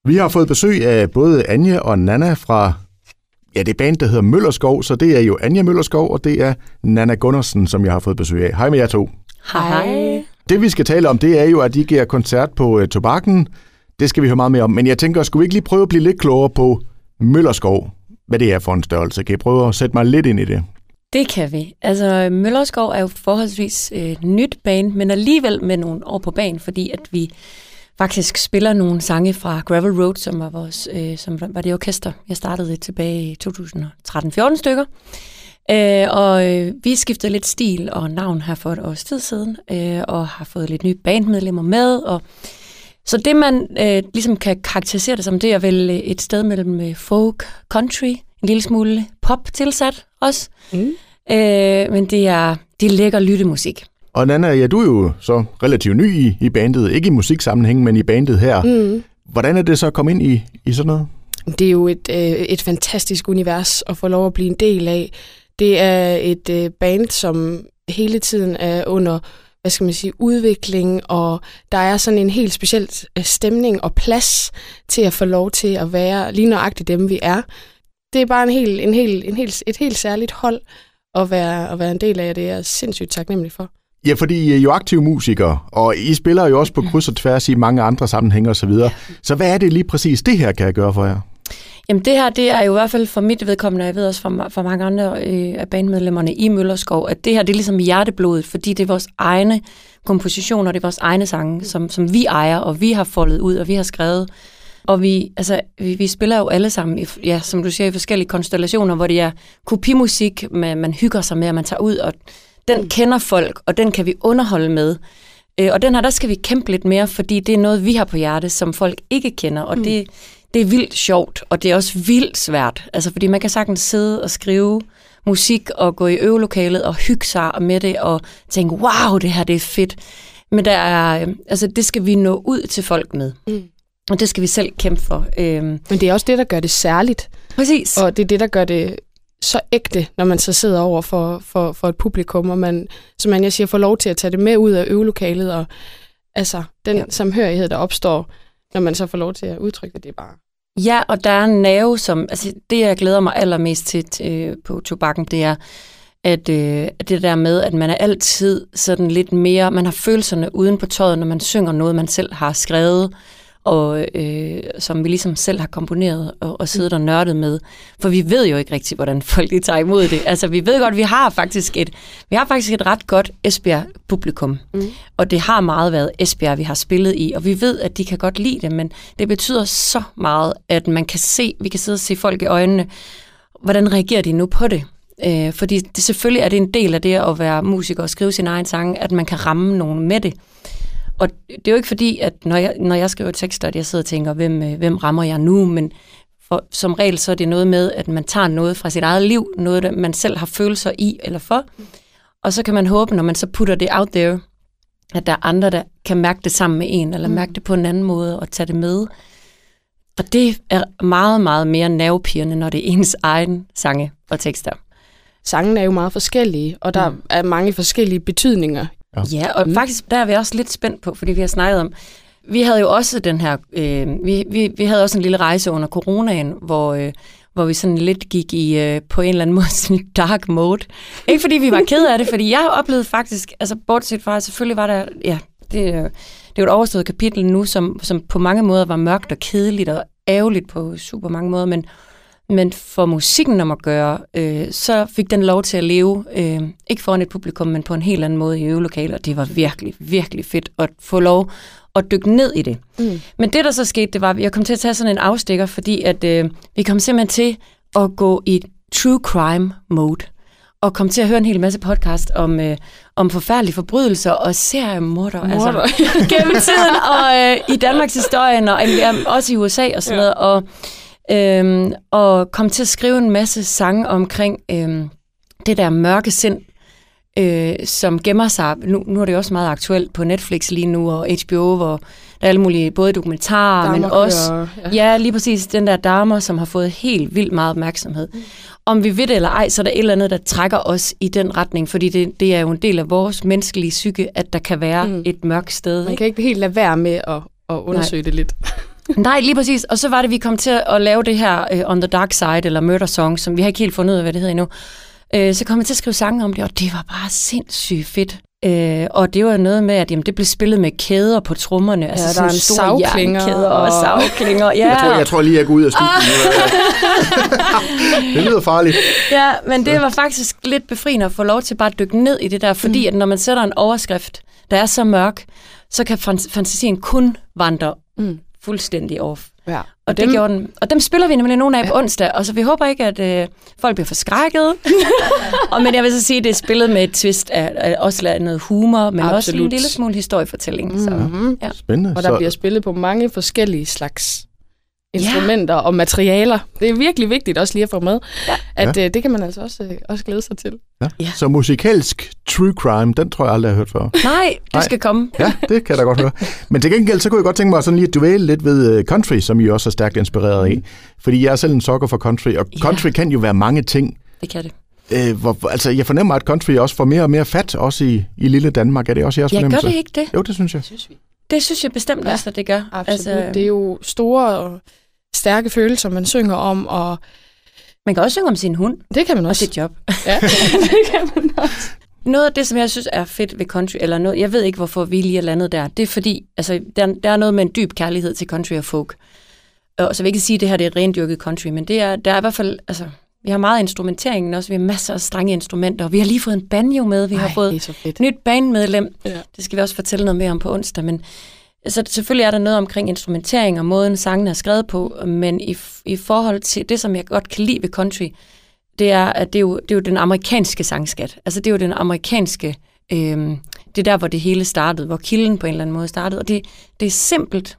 Vi har fået besøg af både Anja og Nanna fra det band, der hedder Møllerskov, så det er jo Anja Møllerskov, og det er Nanna Gundersen, som jeg har fået besøg af. Hej med jer to. Hej. Det vi skal tale om, det er jo, at I giver koncert på Tobakken. Det skal vi høre meget mere om, men jeg tænker, skulle vi ikke lige prøve at blive lidt klogere på Møllerskov? Hvad det er for en størrelse? Kan I prøve at sætte mig lidt ind i det? Det kan vi. Altså, Møllerskov er jo forholdsvis nyt band, men alligevel med nogle år på banen, fordi at vi faktisk spiller nogle sange fra Gravel Road, som var vores, som var det orkester. Jeg startede det tilbage i 2013-14 stykker. Vi skiftede lidt stil og navn her for et års tid siden, og har fået lidt nye bandmedlemmer med. Så det, man ligesom kan karakterisere det som, det er vel et sted mellem folk, country, en lille smule pop tilsat også. Men det er lækker lyttemusik. Og Nanna, du er jo så relativt ny i bandet. Ikke i musiksammenhæng, men i bandet her. Hvordan er det så at komme ind i sådan noget? Det er jo et fantastisk univers at få lov at blive en del af. Det er et band, som hele tiden er under, udvikling, og der er sådan en helt speciel stemning og plads til at få lov til at være lige nøjagtigt dem, vi er. Det er bare et helt særligt hold at være en del af, det er jeg sindssygt taknemmelig for. Ja, fordi I er jo aktive musikere, og I spiller jo også på kryds og tværs i mange andre sammenhænge og så videre. Så hvad er det lige præcis, det her kan jeg gøre for jer? Jamen det her, det er jo i hvert fald for mit vedkommende, og jeg ved også for mange andre af bandmedlemmerne i Møllerskov, at det her, det er ligesom hjerteblodet, fordi det er vores egne kompositioner, det er vores egne sange, som vi ejer, og vi har foldet ud, og vi har skrevet. Og vi spiller jo alle sammen, som du siger, i forskellige konstellationer, hvor det er kopimusik, man hygger sig med, og man tager ud, og den kender folk, og den kan vi underholde med. Og den her, der skal vi kæmpe lidt mere, fordi det er noget, vi har på hjerte, som folk ikke kender, og det er vildt sjovt, og det er også vildt svært. Altså, fordi man kan sagtens sidde og skrive musik, og gå i øvelokalet, og hygge sig med det, og tænke, wow, det her, det er fedt. Men det skal vi nå ud til folk med. Og det skal vi selv kæmpe for. Men det er også det, der gør det særligt. Præcis. Og det er det, der gør det så ægte, når man så sidder over for et publikum, og man, som jeg siger, får lov til at tage det med ud af øvelokalet, og altså den samhørighed, der opstår, når man så får lov til at udtrykke det bare. Ja, og der er en nerve, det jeg glæder mig allermest til på Tobakken, det er, at det der med, at man er altid sådan lidt mere, man har følelserne uden på tøjet, når man synger noget, man selv har skrevet, og som vi ligesom selv har komponeret og siddet og nørdet med. For vi ved jo ikke rigtig, hvordan folk de tager imod det. Altså, vi ved godt, vi har faktisk et ret godt Esbjerg-publikum. Og det har meget været Esbjerg, vi har spillet i, og vi ved, at de kan godt lide det, men det betyder så meget, at vi kan sidde og se folk i øjnene, hvordan reagerer de nu på det? Fordi selvfølgelig er det en del af det at være musiker og skrive sin egen sang, at man kan ramme nogen med det. Og det er jo ikke fordi, at når jeg skriver tekster, at jeg sidder og tænker, hvem rammer jeg nu? Men som regel så er det noget med, at man tager noget fra sit eget liv, noget, man selv har følelser i eller for. Og så kan man håbe, når man så putter det out there, at der er andre, der kan mærke det sammen med en, eller mærke det på en anden måde og tage det med. Og det er meget, meget mere nervepirrende, når det er ens egen sange og tekster. Sangene er jo meget forskellige, og der er mange forskellige betydninger. Ja, og faktisk der er vi også lidt spændt på, fordi vi har snakket om, vi havde jo også den her, vi havde også en lille rejse under coronaen, hvor vi sådan lidt gik i på en eller anden måde sådan en dark mode. Ikke fordi vi var ked af det, fordi jeg oplevede faktisk, altså bortset fra, selvfølgelig var der, det er jo et overstået kapitel nu, som på mange måder var mørkt og kedeligt og ærgerligt på super mange måder, men for musikken om at gøre, så fik den lov til at leve, ikke foran et publikum, men på en helt anden måde i øvelokaler, og det var virkelig, virkelig fedt at få lov at dykke ned i det. Men det, der så skete, det var, at jeg kom til at tage sådan en afstikker, fordi at vi kom simpelthen til at gå i true crime mode, og kom til at høre en hel masse podcast om forfærdelige forbrydelser og seriemorder, altså gennem tiden, og i Danmarks historien, og også i USA og sådan noget, og kom til at skrive en masse sange omkring det der mørke sind, som gemmer sig. Nu er det også meget aktuelt på Netflix lige nu, og HBO, hvor der er alle mulige, både dokumentarer, men også, lige præcis, den der Dahmer, som har fået helt vildt meget opmærksomhed. Om vi ved det eller ej, så er der et eller andet, der trækker os i den retning, fordi det er jo en del af vores menneskelige psyke, at der kan være et mørkt sted. Man kan ikke helt lade være med at undersøge det lidt. Nej, lige præcis. Og så var det, vi kom til at lave det her On the Dark Side, eller Murder Song, som vi har ikke helt fundet ud af, hvad det hedder endnu. Så kom jeg til at skrive sange om det, og det var bare sindssygt fedt. Og det var noget med, at jamen, det blev spillet med kæder på trommerne. Altså der er en savklinger og savklinger. Ja. Jeg tror lige, jeg går ud af studiet. Det lyder farligt. Ja, men det var faktisk lidt befriende at få lov til bare at dykke ned i det der, fordi at når man sætter en overskrift, der er så mørk, så kan fantasien kun vandre fuldstændig off. Ja. Og det gjorde den. Og dem spiller vi nemlig nogle af på onsdag, og så vi håber ikke, at folk bliver forskrækket. Men jeg vil så sige, at det er spillet med et twist af også noget humor, men også en lille smule historiefortælling. Så, ja. Spændende. Og der bliver spillet på mange forskellige slags instrumenter og materialer. Det er virkelig vigtigt også lige at få med, at det kan man altså også glæde sig til. Ja. Ja. Så musikalsk true crime, den tror jeg aldrig, jeg har hørt før. Nej, det skal komme. Ja, det kan jeg da godt høre. Men til gengæld, så kunne jeg godt tænke mig sådan lige at dvæle lidt ved country, som I også er stærkt inspireret af. Fordi jeg er selv en sokker for country, og country kan jo være mange ting. Det kan det. Altså, jeg fornemmer, at country også får mere og mere fat, også i lille Danmark. Er det også jeres fornemmelse? Gør det ikke det? Jo, det synes jeg. Det synes jeg bestemt også, at det gør. Absolut. Altså, det er jo store og stærke følelser, man synger om, og man kan også synge om sin hund. Det kan man også. Og sit job. Ja, det kan man også. Noget af det, som jeg synes er fedt ved country, eller noget, jeg ved ikke, hvorfor vi lige er landet der, det er fordi, altså, der er noget med en dyb kærlighed til country og folk. Og så vil jeg ikke sige, at det her det er rendyrket country, men der er i hvert fald, altså, vi har meget instrumentering også, vi har masser af strenge instrumenter, og vi har lige fået en banjo med, vi har fået et nyt bandmedlem. Ja. Det skal vi også fortælle noget mere om på onsdag, men så selvfølgelig er der noget omkring instrumentering og måden sangene er skrevet på, men i forhold til det, som jeg godt kan lide ved country, det er, at det er jo den amerikanske sangskat. Altså det er jo den amerikanske, det er der, hvor det hele startede, hvor kilden på en eller anden måde startede, og det er simpelt.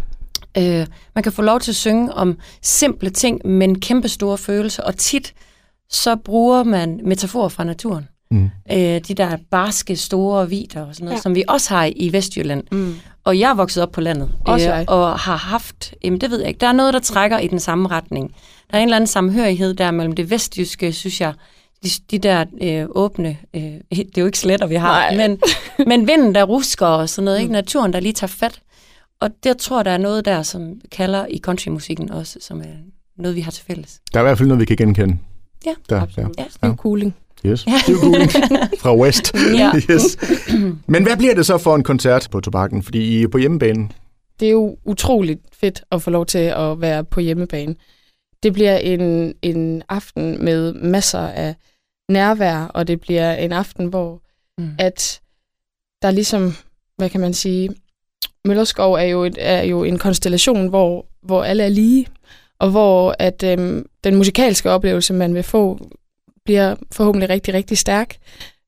Man kan få lov til at synge om simple ting, men kæmpe store følelser, og tit så bruger man metaforer fra naturen. De der barske, store vidder og sådan noget, som vi også har i Vestjylland. Og jeg er vokset op på landet, og har haft, det ved jeg ikke, der er noget, der trækker i den samme retning. Der er en eller anden samhørighed der mellem det vestjyske, synes jeg, de der åbne, det er jo ikke sletter, vi har, men vinden, der rusker og sådan noget, ikke? Naturen, der lige tager fat. Og der tror der er noget der, som kalder i countrymusikken også, som er noget, vi har til fælles. Der er i hvert fald noget, vi kan genkende. Ja, der, absolut. Ja. Stivcooling. Yes, stivcooling fra West. Yes. Men hvad bliver det så for en koncert på Tobakken? Fordi I er på hjemmebane. Det er jo utroligt fedt at få lov til at være på hjemmebane. Det bliver en aften med masser af nærvær, og det bliver en aften, hvor at der ligesom, hvad kan man sige, Møllerskov er jo en konstellation, hvor alle er lige, og hvor at den musikalske oplevelse, man vil få, bliver forhåbentlig rigtig, rigtig stærk.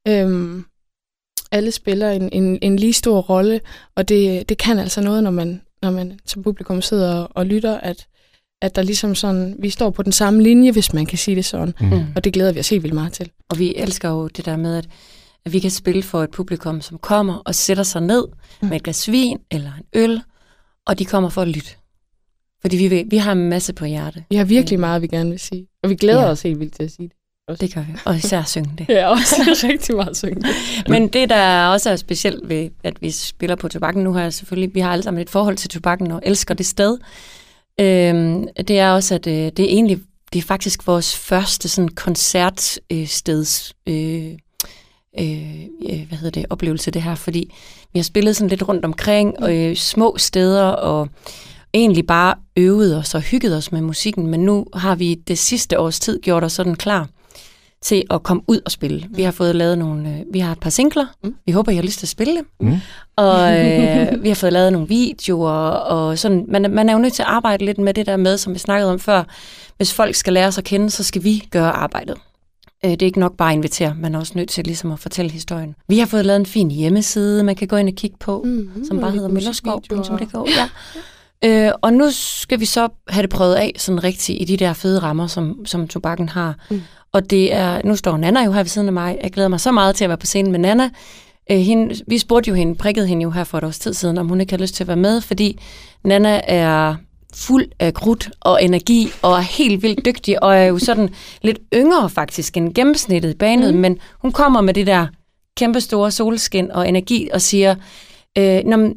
Alle spiller en lige stor rolle, og det kan altså noget, når man som publikum sidder og lytter, at der ligesom sådan, vi står på den samme linje, hvis man kan sige det sådan. Og det glæder vi os helt vildt meget til. Og vi elsker jo det der med, at vi kan spille for et publikum, som kommer og sætter sig ned med et glas vin eller en øl, og de kommer for at lytte. Fordi vi har en masse på hjerte. Vi har virkelig meget, vi gerne vil sige. Og vi glæder os helt vildt til at sige det. Også. Det gør vi. Og især synge det. Ja, også rigtig meget synge det. Men det, der også er specielt ved, at vi spiller på Tobakken, nu har jeg selvfølgelig, vi har alle sammen et forhold til Tobakken og elsker det sted. Det er også, at det er egentlig, det er faktisk vores første sådan koncertsteds oplevelse det her, fordi vi har spillet sådan lidt rundt omkring og små steder og egentlig bare øvet os og hygget os med musikken, men nu har vi det sidste års tid gjort os sådan klar til at komme ud og spille. Vi har fået lavet vi har et par singler. Vi håber, I har lyst til at spille dem. Og vi har fået lavet nogle videoer, og sådan, man er jo nødt til at arbejde lidt med det der med, som vi snakkede om før. Hvis folk skal lære os at kende, så skal vi gøre arbejdet. Det er ikke nok bare at invitere, man er også nødt til ligesom at fortælle historien. Vi har fået lavet en fin hjemmeside, man kan gå ind og kigge på, som bare hedder møllerskov.dk. Ja. Og nu skal vi så have det prøvet af sådan rigtigt i de der fede rammer, som Tobakken har. Og det er, nu står Nana jo her ved siden af mig. Jeg glæder mig så meget til at være på scenen med Nana. Vi spurgte jo hende, prikkede hende jo her for et års tid siden, om hun ikke har lyst til at være med, fordi Nana er fuld af krudt og energi, og er helt vildt dygtig, og er jo sådan lidt yngre faktisk end gennemsnittet i banet, men hun kommer med det der kæmpe store solskin og energi, og siger,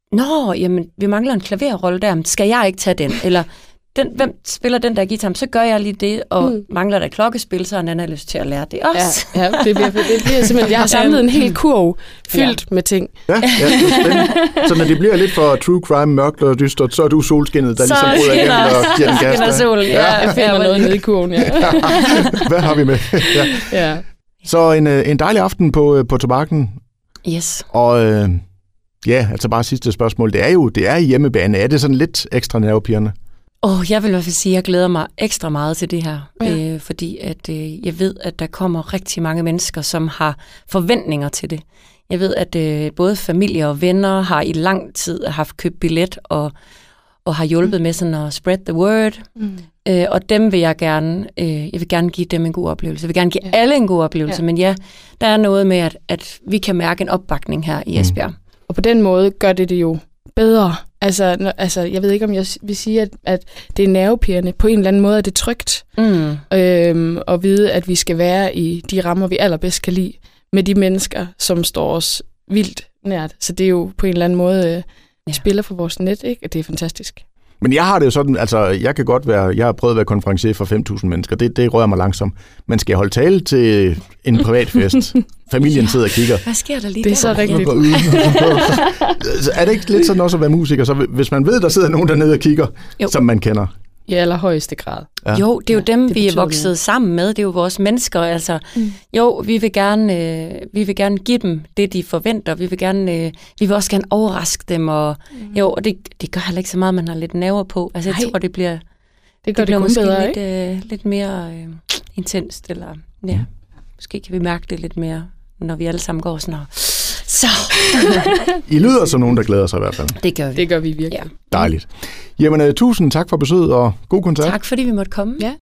nå, jamen, vi mangler en klaverrolle der, skal jeg ikke tage den? Eller, hvem spiller den der guitar? Så gør jeg lige det, og mangler der klokkespil, så har en anden lyst til at lære det også. Ja, det bliver simpelthen, jeg har samlet en hel kurv fyldt med ting. Ja, det er spændende. Så når det bliver lidt for true crime, mørkt og dystert, så er du solskinnet, der ligesom bryder igennem og giver den gas. Så solen, ja. Jeg finder noget nede i kurven, ja. Hvad har vi med? Ja. Så en dejlig aften på Tobakken. Yes. Og altså bare sidste spørgsmål. Det er hjemmebane. Er det sådan lidt ekstra nervepirrende? Jeg vil i hvert fald sige, at jeg glæder mig ekstra meget til det her, fordi at jeg ved, at der kommer rigtig mange mennesker, som har forventninger til det. Jeg ved, at både familie og venner har i lang tid haft købt billet og har hjulpet med sådan at spread the word. Og dem vil jeg vil gerne give dem en god oplevelse. Jeg vil gerne give alle en god oplevelse, men ja, der er noget med, at vi kan mærke en opbakning her i Esbjerg. Og på den måde gør det jo bedre. Altså, jeg ved ikke, om jeg vil sige, at det er nervepirrende. På en eller anden måde er det trygt. At vide, at vi skal være i de rammer, vi allerbedst kan lide, med de mennesker, som står os vildt nært. Så det er jo på en eller anden måde, vi spiller for vores net, ikke? Og det er fantastisk. Men jeg har det jo sådan, altså jeg har prøvet at være konferencier for 5.000 mennesker, det rører mig langsomt. Men skal jeg holde tale til en privat fest? Familien sidder og kigger. Hvad sker der lige det er der? Så rigtigt. Er det ikke lidt sådan også at være musiker? Så hvis man ved, der sidder nogen dernede og kigger, som man kender? I allerhøjeste grad. Ja. Jo, det er jo dem, vi er vokset sammen med. Det er jo vores mennesker. Altså, jo, vi vil gerne give dem det, de forventer. Vi vil også gerne overraske dem. Og det gør heller ikke så meget, man har lidt nerver på. Altså, jeg tror, det bliver måske bedre, lidt mere intenst. Eller, måske kan vi mærke det lidt mere, når vi alle sammen går sådan og... Så. I lyder som nogen, der glæder sig i hvert fald. Det gør vi virkelig. Ja. Dejligt. Jamen, tusind tak for besøget, og god koncert. Tak, fordi vi måtte komme. Ja,